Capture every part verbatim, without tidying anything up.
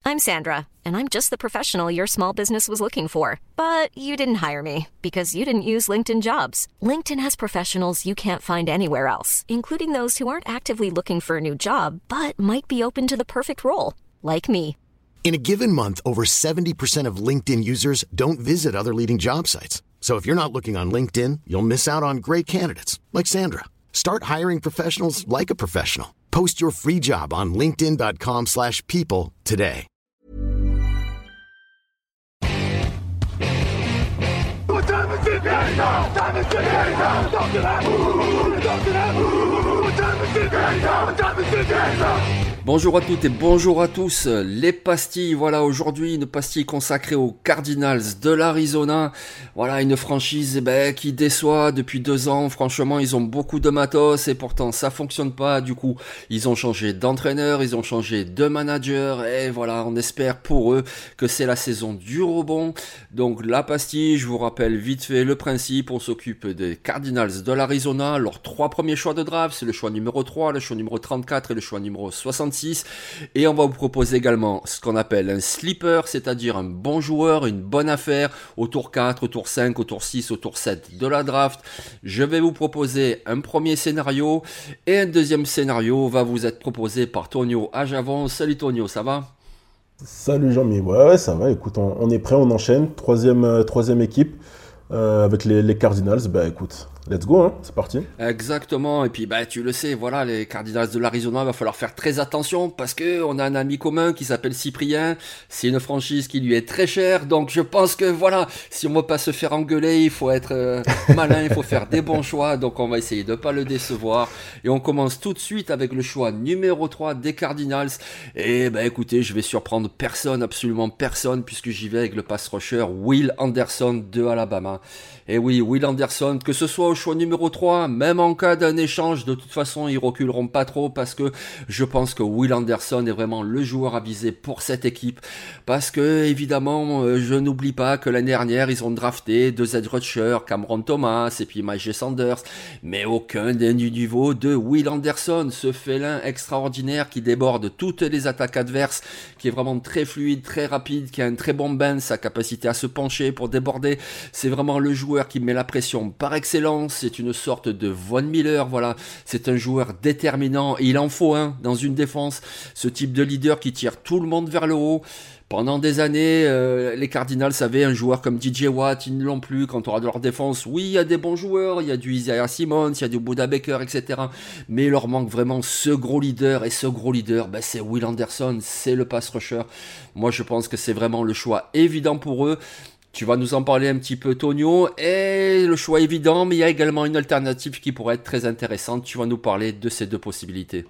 I'm Sandra, and I'm just the professional your small business was looking for. But you didn't hire me because you didn't use LinkedIn Jobs. LinkedIn has professionals you can't find anywhere else, including those who aren't actively looking for a new job, but might be open to the perfect role, like me. In a given month, over seventy percent of LinkedIn users don't visit other leading job sites. So if you're not looking on LinkedIn, you'll miss out on great candidates like Sandra. Start hiring professionals like a professional. Post your free job on linkedin.com slash people today. Bonjour à toutes et bonjour à tous, les pastilles, voilà aujourd'hui une pastille consacrée aux Cardinals de l'Arizona, voilà une franchise eh ben, qui déçoit depuis deux ans, franchement ils ont beaucoup de matos et pourtant ça fonctionne pas, du coup ils ont changé d'entraîneur, ils ont changé de manager et voilà on espère pour eux que c'est la saison du rebond. Donc la pastille, je vous rappelle vite fait le principe, on s'occupe des Cardinals de l'Arizona, leurs trois premiers choix de draft, c'est le choix numéro trois, le choix numéro trente-quatre et le choix numéro soixante-six. Et on va vous proposer également ce qu'on appelle un sleeper, c'est-à-dire un bon joueur, une bonne affaire au tour quatre, au tour cinq, au tour six, au tour sept de la draft. Je vais vous proposer un premier scénario et un deuxième scénario va vous être proposé par Tonio Ajavon. Salut Tonio, ça va ? Salut Jean-Mi, ouais, ouais ça va, écoute, on, on est prêt, on enchaîne, troisième, euh, troisième équipe euh, avec les, les Cardinals, bah écoute. Let's go, hein, c'est parti. Exactement, et puis bah tu le sais, voilà, les Cardinals de l'Arizona, il va falloir faire très attention parce que on a un ami commun qui s'appelle Cyprien, c'est une franchise qui lui est très chère, donc je pense que voilà, si on veut pas se faire engueuler, il faut être euh, malin, il faut faire des bons choix, donc on va essayer de pas le décevoir, et on commence tout de suite avec le choix numéro trois des Cardinals, et bah écoutez, je vais surprendre personne, absolument personne, puisque j'y vais avec le pass rusher Will Anderson de Alabama. Et oui, Will Anderson, que ce soit au choix numéro trois, même en cas d'un échange, de toute façon, ils reculeront pas trop parce que je pense que Will Anderson est vraiment le joueur à viser pour cette équipe. Parce que, évidemment, euh, je n'oublie pas que l'année dernière, ils ont drafté deux edge rushers, Cameron Thomas et puis Myjai Sanders, mais aucun n'est du niveau de Will Anderson, ce félin extraordinaire qui déborde toutes les attaques adverses, qui est vraiment très fluide, très rapide, qui a un très bon bend, sa capacité à se pencher pour déborder, c'est vraiment le joueur qui met la pression par excellence, c'est une sorte de Von Miller, voilà, c'est un joueur déterminant, et il en faut un dans une défense, ce type de leader qui tire tout le monde vers le haut. Pendant des années, euh, les Cardinals avaient un joueur comme D J Watt, ils ne l'ont plus. Quand on regarde leur défense, oui, il y a des bons joueurs, il y a du Isaiah Simmons, il y a du Buda Baker, et cetera. Mais il leur manque vraiment ce gros leader, et ce gros leader, ben, c'est Will Anderson, c'est le pass rusher. Moi, je pense que c'est vraiment le choix évident pour eux. Tu vas nous en parler un petit peu, Tonio, et le choix évident, mais il y a également une alternative qui pourrait être très intéressante. Tu vas nous parler de ces deux possibilités.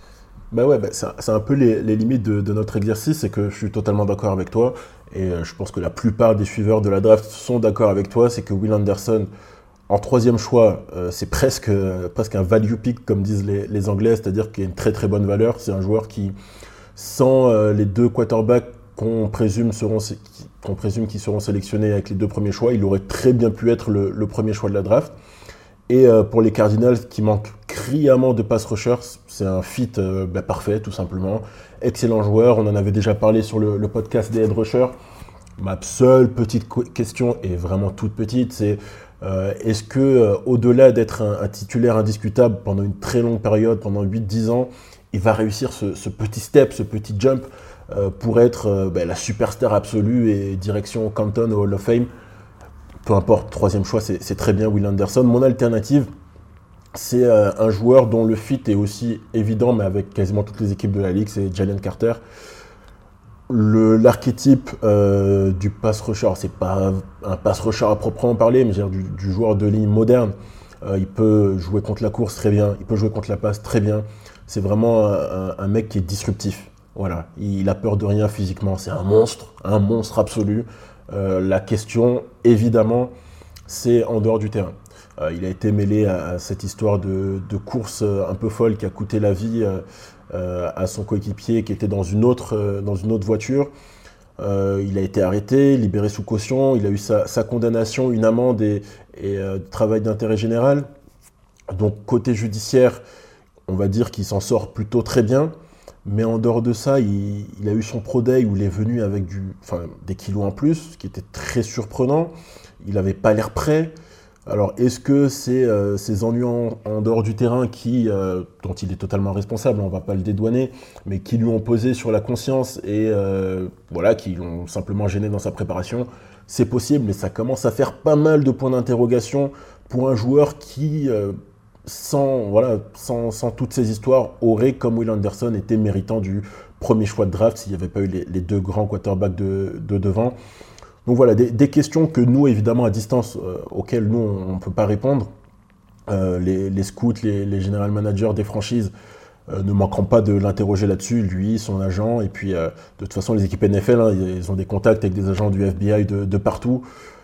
Bah ouais, bah c'est, un, c'est un peu les, les limites de, de notre exercice, c'est que je suis totalement d'accord avec toi, et euh, je pense que la plupart des suiveurs de la draft sont d'accord avec toi, c'est que Will Anderson, en troisième choix, euh, c'est presque, euh, presque un value pick, comme disent les, les Anglais, c'est-à-dire qu'il y a une très très bonne valeur. C'est un joueur qui, sans euh, les deux quarterbacks qu'on présume seront, qu'on présume qui seront sélectionnés avec les deux premiers choix, il aurait très bien pu être le, le premier choix de la draft. Et euh, pour les Cardinals qui manquent criamment de pass rushers, c'est un fit euh, bah, parfait tout simplement. Excellent joueur, on en avait déjà parlé sur le, le podcast des head rushers. Ma seule petite question, est vraiment toute petite, c'est euh, est-ce que euh, au-delà d'être un, un titulaire indiscutable pendant une très longue période, pendant huit dix ans, il va réussir ce, ce petit step, ce petit jump euh, pour être euh, bah, la superstar absolue et direction Canton au Hall of Fame. Peu importe, troisième choix, c'est, c'est très bien Will Anderson. Mon alternative, c'est euh, un joueur dont le fit est aussi évident, mais avec quasiment toutes les équipes de la ligue, c'est Jalen Carter. Le, l'archétype euh, du pass rusher, c'est pas un pass rusher à proprement parler, mais du, du joueur de ligne moderne. Euh, il peut jouer contre la course très bien, il peut jouer contre la passe très bien. C'est vraiment un, un mec qui est disruptif. Voilà, il, il a peur de rien physiquement, c'est un monstre, un monstre absolu. Euh, la question, évidemment, c'est en dehors du terrain. Euh, il a été mêlé à, à cette histoire de, de course un peu folle qui a coûté la vie euh, euh, à son coéquipier qui était dans une autre, euh, dans une autre voiture. Euh, il a été arrêté, libéré sous caution, il a eu sa, sa condamnation, une amende et, et euh, travail d'intérêt général. Donc côté judiciaire, on va dire qu'il s'en sort plutôt très bien. Mais en dehors de ça, il, il a eu son Pro Day où il est venu avec du, enfin, des kilos en plus, ce qui était très surprenant. Il n'avait pas l'air prêt. Alors, est-ce que c'est euh, ces ennuis en, en dehors du terrain qui, euh, dont il est totalement responsable, on ne va pas le dédouaner, mais qui lui ont posé sur la conscience et euh, voilà, qui l'ont simplement gêné dans sa préparation? C'est possible, mais ça commence à faire pas mal de points d'interrogation pour un joueur qui, euh, sans, voilà, sans, sans toutes ces histoires, aurait, comme Will Anderson, été méritant du premier choix de draft s'il n'y avait pas eu les, les deux grands quarterbacks de, de devant. Donc voilà, des, des questions que nous, évidemment, à distance, euh, auxquelles nous, on ne peut pas répondre. Euh, les, les scouts, les, les general managers des franchises euh, ne manqueront pas de l'interroger là-dessus, lui, son agent. Et puis, euh, de toute façon, les équipes N F L, hein, ils ont des contacts avec des agents du F B I de, de partout.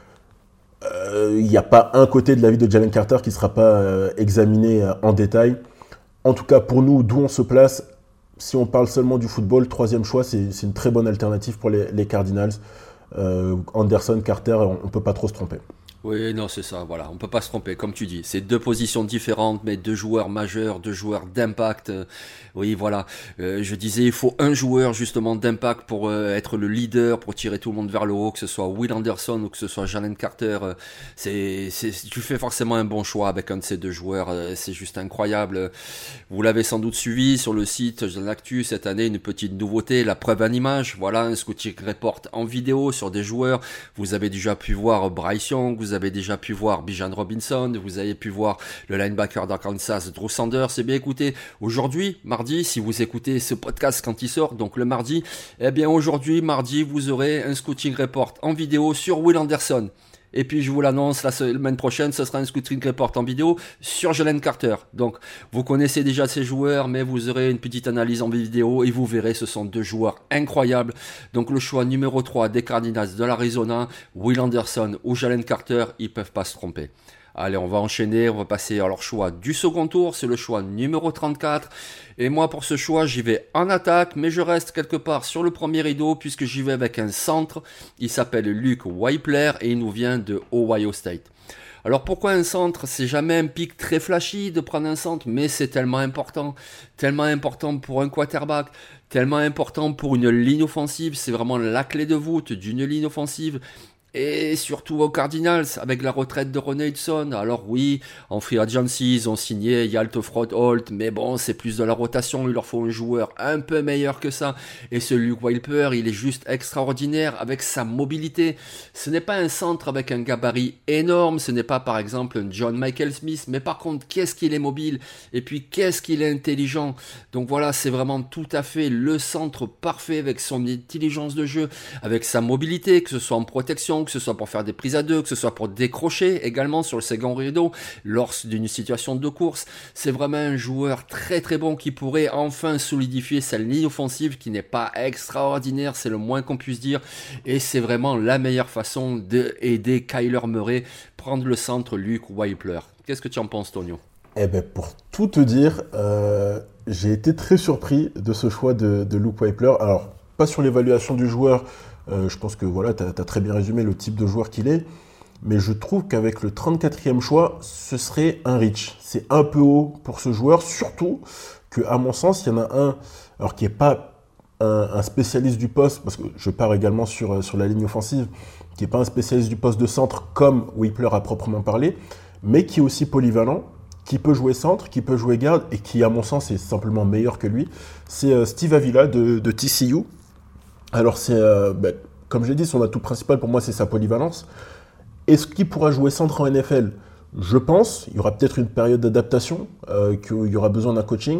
Il euh, n'y a pas un côté de la vie de Jalen Carter qui ne sera pas euh, examiné euh, en détail. En tout cas, pour nous, d'où on se place, si on parle seulement du football, troisième choix, c'est, c'est une très bonne alternative pour les, les Cardinals. Euh, Anderson, Carter, on ne peut pas trop se tromper. Oui, non, c'est ça, voilà, on peut pas se tromper, comme tu dis, c'est deux positions différentes, mais deux joueurs majeurs, deux joueurs d'impact, euh, oui, voilà, euh, je disais, il faut un joueur, justement, d'impact pour euh, être le leader, pour tirer tout le monde vers le haut, que ce soit Will Anderson ou que ce soit Jalen Carter, euh, c'est, c'est, tu fais forcément un bon choix avec un de ces deux joueurs, euh, c'est juste incroyable. Vous l'avez sans doute suivi sur le site de l'Actu cette année, une petite nouveauté, la preuve en image, voilà, un scouting report en vidéo sur des joueurs, vous avez déjà pu voir Bryce Young, vous avez déjà pu voir Bijan Robinson, vous avez pu voir le linebacker d'Arkansas, Drew Sanders. Eh bien écoutez, aujourd'hui, mardi, si vous écoutez ce podcast quand il sort, donc le mardi, eh bien aujourd'hui, mardi, vous aurez un scouting report en vidéo sur Will Anderson. Et puis je vous l'annonce, la semaine prochaine, ce sera un scouting report en vidéo sur Jalen Carter. Donc vous connaissez déjà ces joueurs, mais vous aurez une petite analyse en vidéo et vous verrez, ce sont deux joueurs incroyables. Donc le choix numéro trois des Cardinals de l'Arizona, Will Anderson ou Jalen Carter, ils ne peuvent pas se tromper. Allez, on va enchaîner, on va passer à leur choix du second tour, c'est le choix numéro trente-quatre. Et moi, pour ce choix, j'y vais en attaque, mais je reste quelque part sur le premier rideau, puisque j'y vais avec un centre. Il s'appelle Luke Wypler et il nous vient de Ohio State. Alors pourquoi un centre? C'est jamais un pic très flashy de prendre un centre, mais c'est tellement important, tellement important pour un quarterback, tellement important pour une ligne offensive, c'est vraiment la clé de voûte d'une ligne offensive. Et surtout aux Cardinals, avec la retraite de Ronnie Hudson. Alors oui, en free agency, ils ont signé Yalt Froholt, mais bon, c'est plus de la rotation, il leur faut un joueur un peu meilleur que ça. Et ce Luke Wypler, il est juste extraordinaire avec sa mobilité. Ce n'est pas un centre avec un gabarit énorme, ce n'est pas par exemple un John Michael Smith, mais par contre, qu'est-ce qu'il est mobile, et puis qu'est-ce qu'il est intelligent. Donc voilà, c'est vraiment tout à fait le centre parfait avec son intelligence de jeu, avec sa mobilité, que ce soit en protection, que ce soit pour faire des prises à deux, que ce soit pour décrocher également sur le second rideau lors d'une situation de course. C'est vraiment un joueur très très bon qui pourrait enfin solidifier sa ligne offensive qui n'est pas extraordinaire, c'est le moins qu'on puisse dire, et c'est vraiment la meilleure façon d'aider Kyler Murray prendre le centre Luke Wypler. Qu'est-ce que tu en penses, Tonio? Eh ben, pour tout te dire, euh, j'ai été très surpris de ce choix de, de Luke Wypler. Alors, pas sur l'évaluation du joueur. Euh, je pense que voilà, tu as très bien résumé le type de joueur qu'il est, mais je trouve qu'avec le trente-quatrième choix, ce serait un reach. C'est un peu haut pour ce joueur, surtout qu'à mon sens, il y en a un, alors qui n'est pas un, un spécialiste du poste, parce que je pars également sur, sur la ligne offensive, qui n'est pas un spécialiste du poste de centre comme Wypler a proprement parlé, mais qui est aussi polyvalent, qui peut jouer centre, qui peut jouer garde, et qui, à mon sens, est simplement meilleur que lui. C'est euh, Steve Avila de, de T C U. Alors, c'est, euh, ben, comme j'ai dit, son atout principal pour moi, c'est sa polyvalence. Est-ce qu'il pourra jouer centre en N F L? Je pense. Il y aura peut-être une période d'adaptation, euh, qu'il y aura besoin d'un coaching.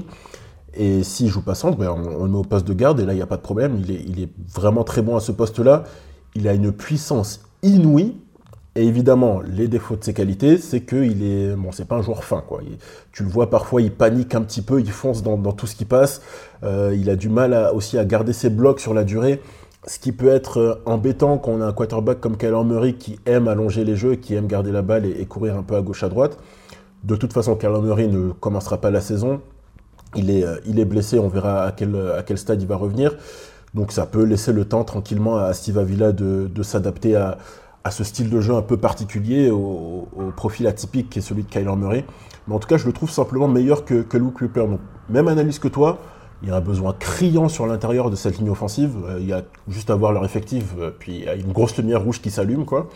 Et s'il ne joue pas centre, ben, on, on le met au poste de garde, et là, il n'y a pas de problème. Il est, il est vraiment très bon à ce poste-là. Il a une puissance inouïe. Et évidemment, les défauts de ses qualités, c'est qu'il est, bon, c'est pas un joueur fin, quoi. Il, tu le vois parfois, il panique un petit peu, il fonce dans, dans tout ce qui passe. Euh, il a du mal à, aussi à garder ses blocs sur la durée, ce qui peut être embêtant quand on a un quarterback comme Kyler Murray qui aime allonger les jeux, qui aime garder la balle et, et courir un peu à gauche à droite. De toute façon, Kyler Murray ne commencera pas la saison. Il est, il est blessé, on verra à quel, à quel stade il va revenir. Donc ça peut laisser le temps tranquillement à Steve Avila de, de s'adapter à à ce style de jeu un peu particulier, au, au profil atypique qui est celui de Kyler Murray. Mais en tout cas, je le trouve simplement meilleur que, que Luke Wypler. Donc, même analyse que toi, il y a un besoin criant sur l'intérieur de cette ligne offensive. Euh, il y a juste à voir leur effectif, euh, puis il y a une grosse lumière rouge qui s'allume, quoi.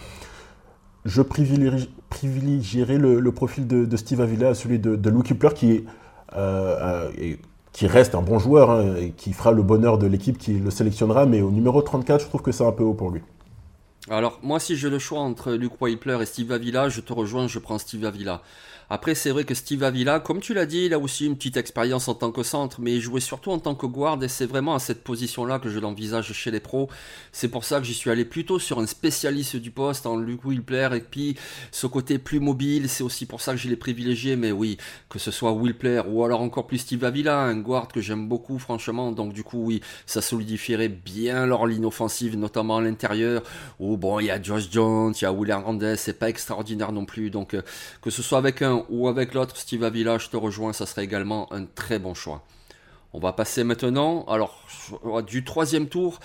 Je privilégie, privilégierai le, le profil de, de Steve Avila à celui de, de Lou Kepler, qui, euh, euh, qui reste un bon joueur, hein, et qui fera le bonheur de l'équipe qui le sélectionnera, mais au numéro trente-quatre, je trouve que c'est un peu haut pour lui. Alors, moi, si j'ai le choix entre Luke Wypler et Steve Avila, je te rejoins, je prends Steve Avila. Après, c'est vrai que Steve Avila, comme tu l'as dit, il a aussi une petite expérience en tant que centre, mais il jouait surtout en tant que guard, et c'est vraiment à cette position-là que je l'envisage chez les pros. C'est pour ça que j'y suis allé plutôt sur un spécialiste du poste, en Luke Wypler, et puis ce côté plus mobile, c'est aussi pour ça que je l'ai privilégié, mais oui, que ce soit Wypler, ou alors encore plus Steve Avila, un guard que j'aime beaucoup, franchement, donc du coup, oui, ça solidifierait bien leur ligne offensive, notamment à l'intérieur, où bon, il y a Josh Jones, il y a Will Hernandez, c'est pas extraordinaire non plus, donc euh, que ce soit avec un ou avec l'autre, Steve Avila, je te rejoins, ça serait également un très bon choix. On va passer maintenant alors du troisième tour,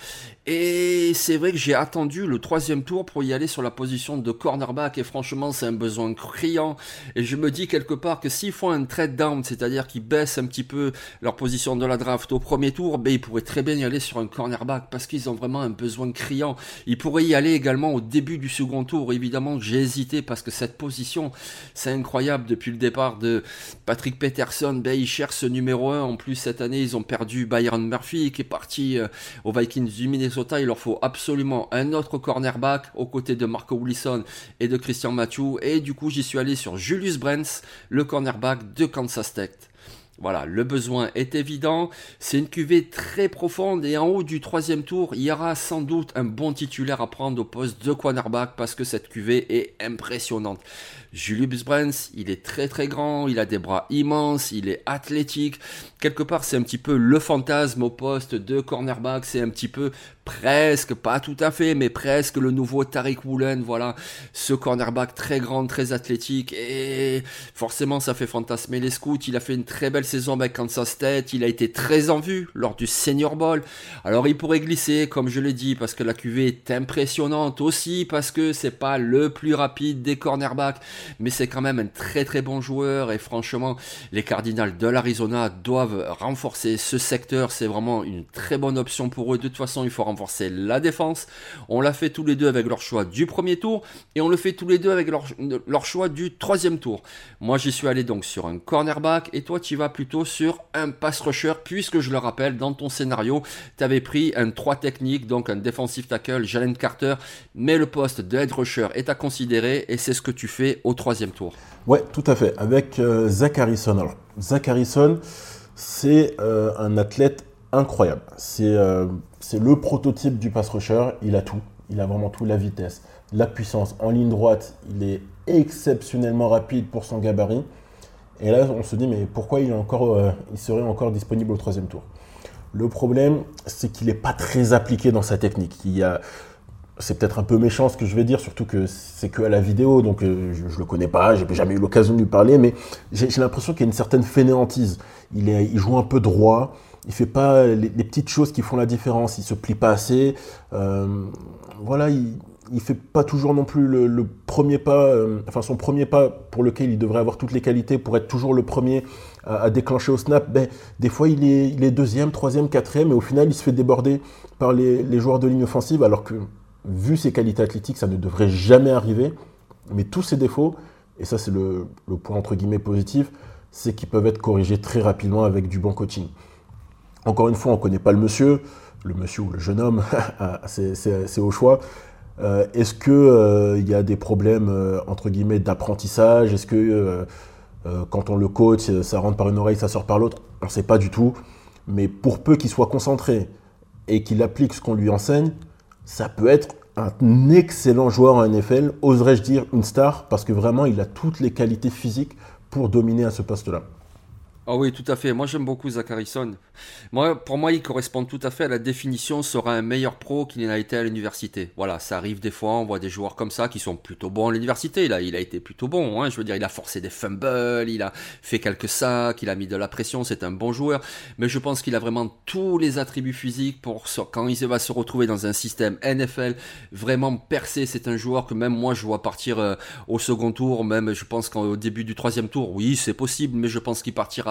et c'est vrai que j'ai attendu le troisième tour pour y aller sur la position de cornerback, et franchement c'est un besoin criant, et je me dis quelque part que s'ils font un trade down, c'est-à-dire qu'ils baissent un petit peu leur position de la draft au premier tour, ben ils pourraient très bien y aller sur un cornerback, parce qu'ils ont vraiment un besoin criant. Ils pourraient y aller également au début du second tour, évidemment que j'ai hésité, parce que cette position, c'est incroyable, depuis le départ de Patrick Peterson, ben ils cherchent ce numéro un, en plus cette année ils ont perdu Byron Murphy qui est parti euh, aux Vikings du Minnesota. Il leur faut absolument un autre cornerback aux côtés de Marco Wilson et de Christian Mathieu, et du coup j'y suis allé sur Julius Brents, le cornerback de Kansas State. Voilà, le besoin est évident, c'est une cuvée très profonde, et en haut du troisième tour, il y aura sans doute un bon titulaire à prendre au poste de cornerback, parce que cette cuvée est impressionnante. Julius Brents, il est très très grand, il a des bras immenses, il est athlétique, quelque part c'est un petit peu le fantasme au poste de cornerback, c'est un petit peu presque, pas tout à fait, mais presque le nouveau Tariq Woolen, voilà, ce cornerback très grand, très athlétique, et forcément ça fait fantasmer les scouts. Il a fait une très belle saison avec Kansas State, il a été très en vue lors du Senior Bowl, alors il pourrait glisser, comme je l'ai dit, parce que la cuvée est impressionnante, aussi parce que c'est pas le plus rapide des cornerbacks, mais c'est quand même un très très bon joueur, et franchement, les Cardinals de l'Arizona doivent renforcer ce secteur, c'est vraiment une très bonne option pour eux. De toute façon, il faut renforcer la défense. On l'a fait tous les deux avec leur choix du premier tour, et on le fait tous les deux avec leur, leur choix du troisième tour. Moi, j'y suis allé donc sur un cornerback, et toi, tu vas plutôt sur un pass rusher, puisque je le rappelle, dans ton scénario, tu avais pris un trois technique, donc un defensive tackle, Jalen Carter, mais le poste de head rusher est à considérer, et c'est ce que tu fais au troisième tour. Ouais, tout à fait, avec euh, Zach Harrison. Alors, Zach Harrison, c'est euh, un athlète incroyable. C'est, euh, c'est le prototype du pass rusher. Il a tout. Il a vraiment tout. La vitesse, la puissance. En ligne droite, il est exceptionnellement rapide pour son gabarit. Et là, on se dit, mais pourquoi il, est encore, euh, il serait encore disponible au troisième tour ? Le problème, c'est qu'il n'est pas très appliqué dans sa technique. Il y a... C'est peut-être un peu méchant ce que je vais dire, surtout que c'est que à la vidéo, donc euh, je ne le connais pas, j'ai jamais eu l'occasion de lui parler, mais j'ai, j'ai l'impression qu'il y a une certaine fainéantise. Il, est, il joue un peu droit, il ne fait pas les, les petites choses qui font la différence, il ne se plie pas assez. Euh, voilà, il ne fait pas toujours non plus le, le premier pas, euh, enfin son premier pas pour lequel il devrait avoir toutes les qualités pour être toujours le premier à, à déclencher au snap. Ben, des fois, il est, il est deuxième, troisième, quatrième, et au final, il se fait déborder par les, les joueurs de ligne offensive, alors que vu ses qualités athlétiques, ça ne devrait jamais arriver, mais tous ses défauts, et ça c'est le, le point entre guillemets positif, c'est qu'ils peuvent être corrigés très rapidement avec du bon coaching. Encore une fois, on ne connaît pas le monsieur, le monsieur ou le jeune homme, c'est, c'est, c'est au choix. Euh, est-ce qu'il euh, y a des problèmes euh, entre guillemets d'apprentissage ? Est-ce que euh, euh, quand on le coach, ça rentre par une oreille, ça sort par l'autre ? On ne sait pas du tout, mais pour peu qu'il soit concentré et qu'il applique ce qu'on lui enseigne, ça peut être un excellent joueur en N F L, oserais-je dire une star, parce que vraiment, il a toutes les qualités physiques pour dominer à ce poste-là. Ah oui, tout à fait. Moi, j'aime beaucoup Zach Harrison. Moi, pour moi, il correspond tout à fait à la définition sera un meilleur pro qu'il n'a été à l'université. Voilà, ça arrive des fois, on voit des joueurs comme ça qui sont plutôt bons à l'université. Là, il a été plutôt bon. Hein. Je veux dire, il a forcé des fumbles, il a fait quelques sacs, il a mis de la pression. C'est un bon joueur. Mais je pense qu'il a vraiment tous les attributs physiques pour quand il va se retrouver dans un système N F L vraiment percé. C'est un joueur que même moi, je vois partir euh, au second tour. Même, je pense qu'au début du troisième tour, oui, c'est possible, mais je pense qu'il partira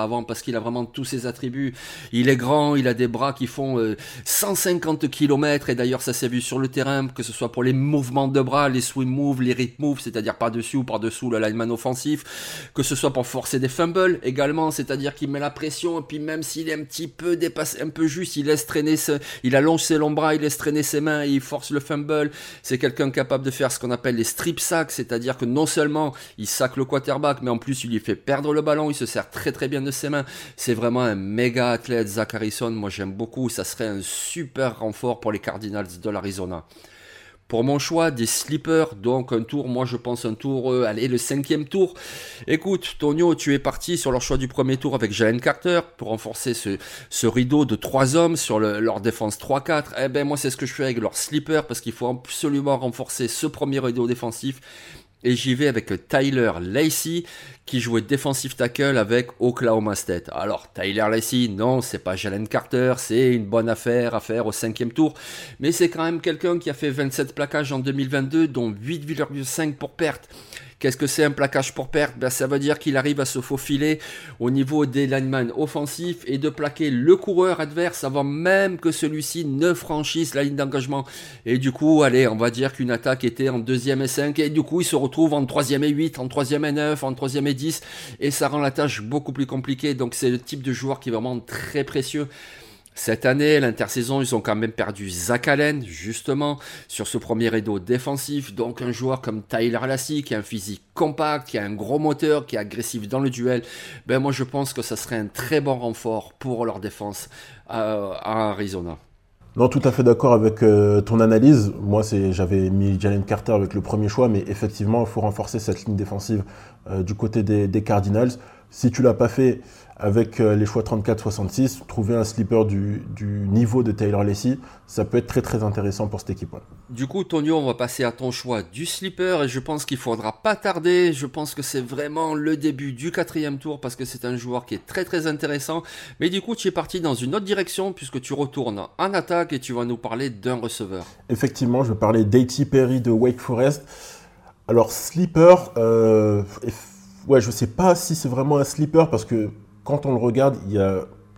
avant parce qu'il a vraiment tous ses attributs. Il est grand, il a des bras qui font euh, cent cinquante kilomètres et d'ailleurs ça s'est vu sur le terrain, que ce soit pour les mouvements de bras, les swing moves, les rip moves, c'est-à-dire par-dessus ou par-dessous le lineman offensif, que ce soit pour forcer des fumbles également, c'est-à-dire qu'il met la pression et puis même s'il est un petit peu dépassé, un peu juste, il laisse traîner, ce, il allonge ses longs bras, il laisse traîner ses mains et il force le fumble. C'est quelqu'un capable de faire ce qu'on appelle les strip sacks, c'est-à-dire que non seulement il sac le quarterback, mais en plus il lui fait perdre le ballon, il se sert très très bien de ses mains. C'est vraiment un méga athlète, Zach Harrison. Moi j'aime beaucoup, ça serait un super renfort pour les Cardinals de l'Arizona. Pour mon choix, des sleepers, donc un tour, moi je pense un tour, euh, allez, le cinquième tour. Écoute, Tonio, tu es parti sur leur choix du premier tour avec Jalen Carter pour renforcer ce, ce rideau de trois hommes sur le, leur défense trois quatre. Eh ben moi c'est ce que je fais avec leur sleeper parce qu'il faut absolument renforcer ce premier rideau défensif. Et j'y vais avec Tyler Lacey qui jouait defensive tackle avec Oklahoma State. Alors Tyler Lacey, non, c'est pas Jalen Carter, c'est une bonne affaire à faire au cinquième tour. Mais c'est quand même quelqu'un qui a fait vingt-sept plaquages en deux mille vingt-deux, dont huit virgule cinq pour perte. Qu'est-ce que c'est un plaquage pour perte? Ben, ça veut dire qu'il arrive à se faufiler au niveau des linemen offensifs et de plaquer le coureur adverse avant même que celui-ci ne franchisse la ligne d'engagement. Et du coup, allez, on va dire qu'une attaque était en deuxième et cinq et du coup, il se retrouve en troisième et huit, en troisième et neuf, en troisième et dix et ça rend la tâche beaucoup plus compliquée. Donc c'est le type de joueur qui est vraiment très précieux. Cette année, l'intersaison, ils ont quand même perdu Zach Allen, justement, sur ce premier rideau défensif. Donc un joueur comme Tyler Lacey, qui a un physique compact, qui a un gros moteur, qui est agressif dans le duel, ben moi je pense que ça serait un très bon renfort pour leur défense à, à Arizona. Non, tout à fait d'accord avec euh, ton analyse. Moi, c'est, j'avais mis Jalen Carter avec le premier choix, mais effectivement, il faut renforcer cette ligne défensive euh, du côté des, des Cardinals. Si tu ne l'as pas fait avec euh, les choix trente-quatre soixante-six, trouver un sleeper du, du niveau de Tyler Lacey, ça peut être très très intéressant pour cette équipe. Ouais. Du coup, Tonio, on va passer à ton choix du sleeper et je pense qu'il ne faudra pas tarder. Je pense que c'est vraiment le début du quatrième tour parce que c'est un joueur qui est très très intéressant. Mais du coup, tu es parti dans une autre direction puisque tu retournes en attaque et tu vas nous parler d'un receveur. Effectivement, je vais parler d'A T Perry de Wake Forest. Alors, sleeper, euh, ouais, je ne sais pas si c'est vraiment un sleeper parce que quand on le regarde, il y a,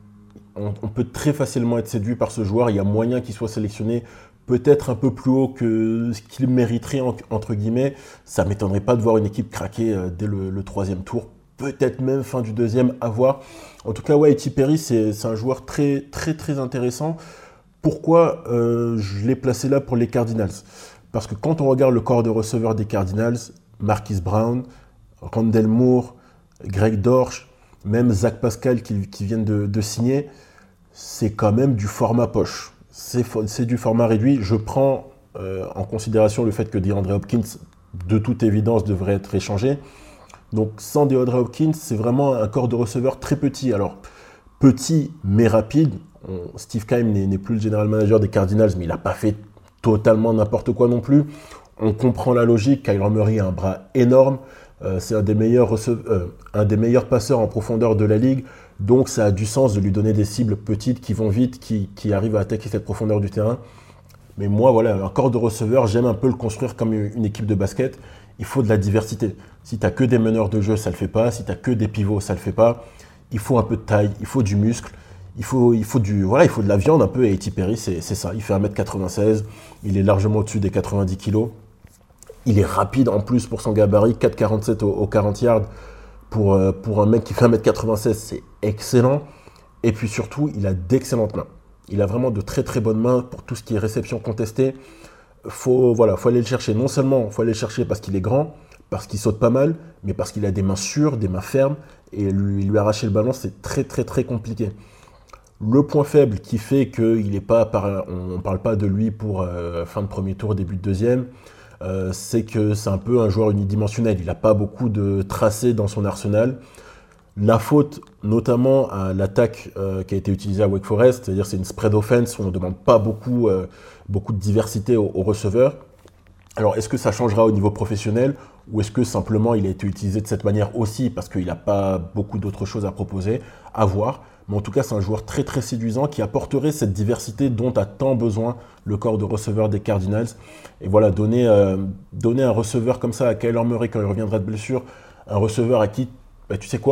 on, on peut très facilement être séduit par ce joueur. Il y a moyen qu'il soit sélectionné peut-être un peu plus haut que ce qu'il mériterait, en, entre guillemets. Ça ne m'étonnerait pas de voir une équipe craquer euh, dès le, le troisième tour, peut-être même fin du deuxième, à voir. En tout cas, ouais, A T Perry, c'est, c'est un joueur très, très, très intéressant. Pourquoi euh, je l'ai placé là pour les Cardinals? Parce que quand on regarde le corps de receveurs des Cardinals, Marquise Brown, Rondale Moore, Greg Dortch, même Zach Pascal qui, qui viennent de, de signer, c'est quand même du format poche. C'est, c'est du format réduit. Je prends euh, en considération le fait que DeAndre Hopkins, de toute évidence, devrait être échangé. Donc sans DeAndre Hopkins, c'est vraiment un corps de receveur très petit. Alors, petit mais rapide. On, Steve Keim n'est, n'est plus le general manager des Cardinals, mais il n'a pas fait totalement n'importe quoi non plus. On comprend la logique. Kyler Murray a un bras énorme. Euh, c'est un des, meilleurs receve... euh, un des meilleurs passeurs en profondeur de la ligue, donc ça a du sens de lui donner des cibles petites qui vont vite, qui, qui arrivent à attaquer cette profondeur du terrain. Mais moi, voilà, un corps de receveur, j'aime un peu le construire comme une équipe de basket. Il faut de la diversité. Si tu n'as que des meneurs de jeu, ça ne le fait pas. Si tu n'as que des pivots, ça ne le fait pas. Il faut un peu de taille, il faut du muscle, il faut, il faut, du, voilà, il faut de la viande un peu. Et A T Perry, c'est, c'est ça. Il fait un mètre quatre-vingt-seize, il est largement au-dessus des quatre-vingt-dix kilos. Il est rapide en plus pour son gabarit, quatre quarante-sept au, au quarante yards. Pour, euh, pour un mec qui fait un mètre quatre-vingt-seize, c'est excellent. Et puis surtout, il a d'excellentes mains. Il a vraiment de très très bonnes mains pour tout ce qui est réception contestée. Faut, voilà, faut aller le chercher. Non seulement il faut aller le chercher parce qu'il est grand, parce qu'il saute pas mal, mais parce qu'il a des mains sûres, des mains fermes. Et lui, lui arracher le ballon, c'est très très très compliqué. Le point faible qui fait qu'il est pas, par, on ne parle pas de lui pour euh, fin de premier tour, début de deuxième, Euh, c'est que c'est un peu un joueur unidimensionnel. Il n'a pas beaucoup de tracés dans son arsenal. La faute notamment à l'attaque euh, qui a été utilisée à Wake Forest, c'est-à-dire c'est une spread offense où on ne demande pas beaucoup, euh, beaucoup de diversité aux, aux receveurs. Alors est-ce que ça changera au niveau professionnel ou est-ce que simplement il a été utilisé de cette manière aussi parce qu'il n'a pas beaucoup d'autres choses à proposer? À voir. Mais en tout cas, c'est un joueur très très séduisant qui apporterait cette diversité dont a tant besoin le corps de receveur des Cardinals. Et voilà, donner, euh, donner un receveur comme ça à Kyler Murray quand il reviendra de blessure, un receveur à qui, bah, tu sais quoi,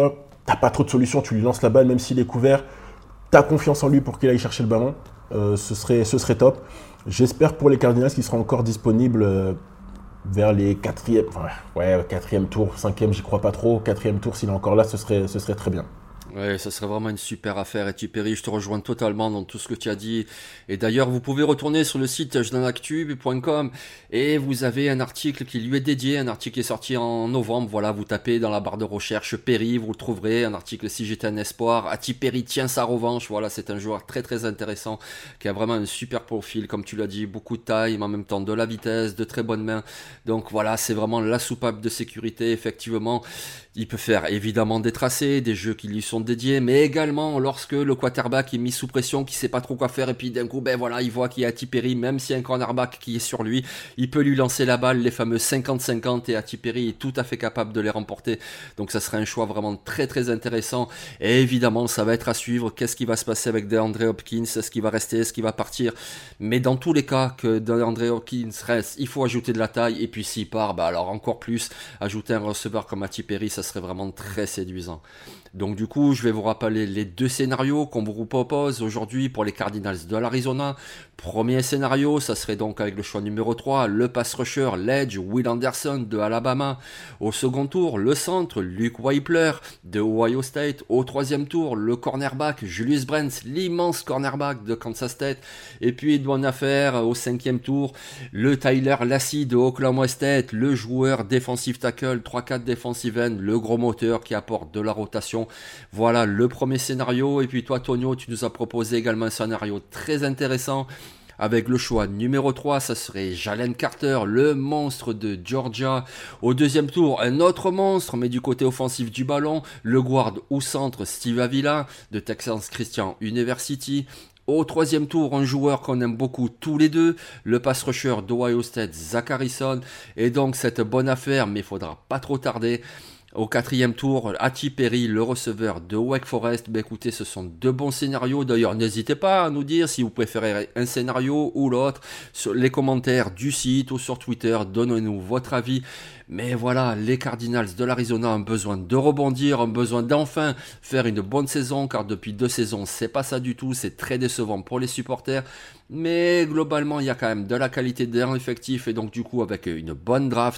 t'as pas trop de solutions, tu lui lances la balle, même s'il est couvert, t'as confiance en lui pour qu'il aille chercher le ballon. Euh, ce serait, ce serait top. J'espère pour les Cardinals qu'il sera encore disponible euh, vers les quatrième, enfin, ouais, quatrième tour, cinquième, j'y crois pas trop. Quatrième tour, s'il est encore là, ce serait, ce serait très bien. Ouais, ça serait vraiment une super affaire. Et Perry, je te rejoins totalement dans tout ce que tu as dit. Et d'ailleurs, vous pouvez retourner sur le site touchdownactu point com et vous avez un article qui lui est dédié, un article qui est sorti en novembre. Voilà, vous tapez dans la barre de recherche Perry, vous le trouverez. Un article Si j'étais un espoir. Ati Perry tient sa revanche. Voilà, c'est un joueur très très intéressant qui a vraiment un super profil, comme tu l'as dit, beaucoup de taille, mais en même temps de la vitesse, de très bonnes mains. Donc voilà, c'est vraiment la soupape de sécurité, effectivement. Il peut faire évidemment des tracés, des jeux qui lui sont dédiés, mais également lorsque le quarterback est mis sous pression, qui sait pas trop quoi faire, et puis d'un coup, ben voilà, il voit qu'il y a Ati Perry, même s'il y a un cornerback qui est sur lui, il peut lui lancer la balle, les fameux cinquante cinquante, et Ati Perry est tout à fait capable de les remporter. Donc ça serait un choix vraiment très très intéressant. Et évidemment, ça va être à suivre. Qu'est-ce qui va se passer avec DeAndre Hopkins? Est-ce qu'il va rester? Est-ce qu'il va partir? Mais dans tous les cas, que DeAndre Hopkins reste, il faut ajouter de la taille, et puis s'il part, bah alors encore plus, ajouter un receveur comme Ati Perry, ça serait vraiment très séduisant. Donc du coup, je vais vous rappeler les deux scénarios qu'on vous propose aujourd'hui pour les Cardinals de l'Arizona. Premier scénario, ça serait donc avec le choix numéro trois, le pass rusher, l'edge, Will Anderson de Alabama. Au second tour, le centre, Luke Wypler de Ohio State. Au troisième tour, le cornerback, Julius Brents, l'immense cornerback de Kansas State. Et puis, il doit en affaire au cinquième tour, le Tyler Lassie de Oklahoma State, le joueur défensif tackle, trois quatre defensive end, le gros moteur qui apporte de la rotation. Voilà le premier scénario. Et puis toi, Tonio, tu nous as proposé également un scénario très intéressant. Avec le choix numéro trois, ça serait Jalen Carter, le monstre de Georgia. Au deuxième tour, un autre monstre, mais du côté offensif du ballon, le guard ou centre Steve Avila de Texas Christian University. Au troisième tour, un joueur qu'on aime beaucoup tous les deux, le pass rusher d'Ohio State, Zach Harrison. Et donc cette bonne affaire, mais il faudra pas trop tarder. Au quatrième tour, Ati Perry, le receveur de Wake Forest. Ben écoutez, ce sont deux bons scénarios. D'ailleurs, n'hésitez pas à nous dire si vous préférez un scénario ou l'autre. Sur les commentaires du site ou sur Twitter, donnez-nous votre avis. Mais voilà, les Cardinals de l'Arizona ont besoin de rebondir, ont besoin d'enfin faire une bonne saison, car depuis deux saisons, c'est pas ça du tout, c'est très décevant pour les supporters. Mais globalement, il y a quand même de la qualité dans l'effectif, et donc du coup, avec une bonne draft,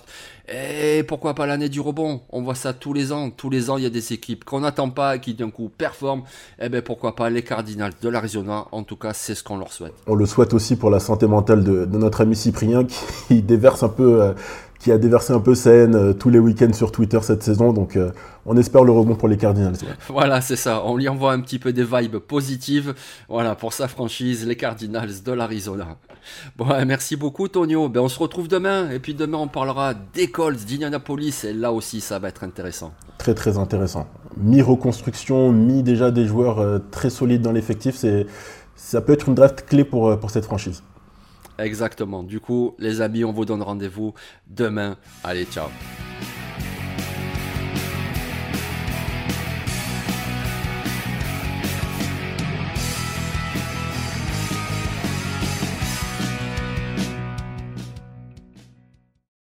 et pourquoi pas l'année du rebond? On voit ça tous les ans, tous les ans, il y a des équipes qu'on n'attend pas, et qui d'un coup performent, et ben pourquoi pas les Cardinals de l'Arizona? En tout cas, c'est ce qu'on leur souhaite. On le souhaite aussi pour la santé mentale de, de notre ami Cyprien, qui déverse un peu... Euh... qui a déversé un peu sa haine euh, tous les week-ends sur Twitter cette saison, donc euh, on espère le rebond pour les Cardinals. Ouais. Voilà, c'est ça, on lui envoie un petit peu des vibes positives, voilà, pour sa franchise, les Cardinals de l'Arizona. Bon, merci beaucoup Tonio, ben, on se retrouve demain, et puis demain on parlera des Colts d'Indianapolis, et là aussi ça va être intéressant. Très très intéressant. Mi-reconstruction, mi déjà des joueurs euh, très solides dans l'effectif, c'est, ça peut être une draft clé pour, euh, pour cette franchise. Exactement. Du coup, les amis, on vous donne rendez-vous demain. Allez, ciao.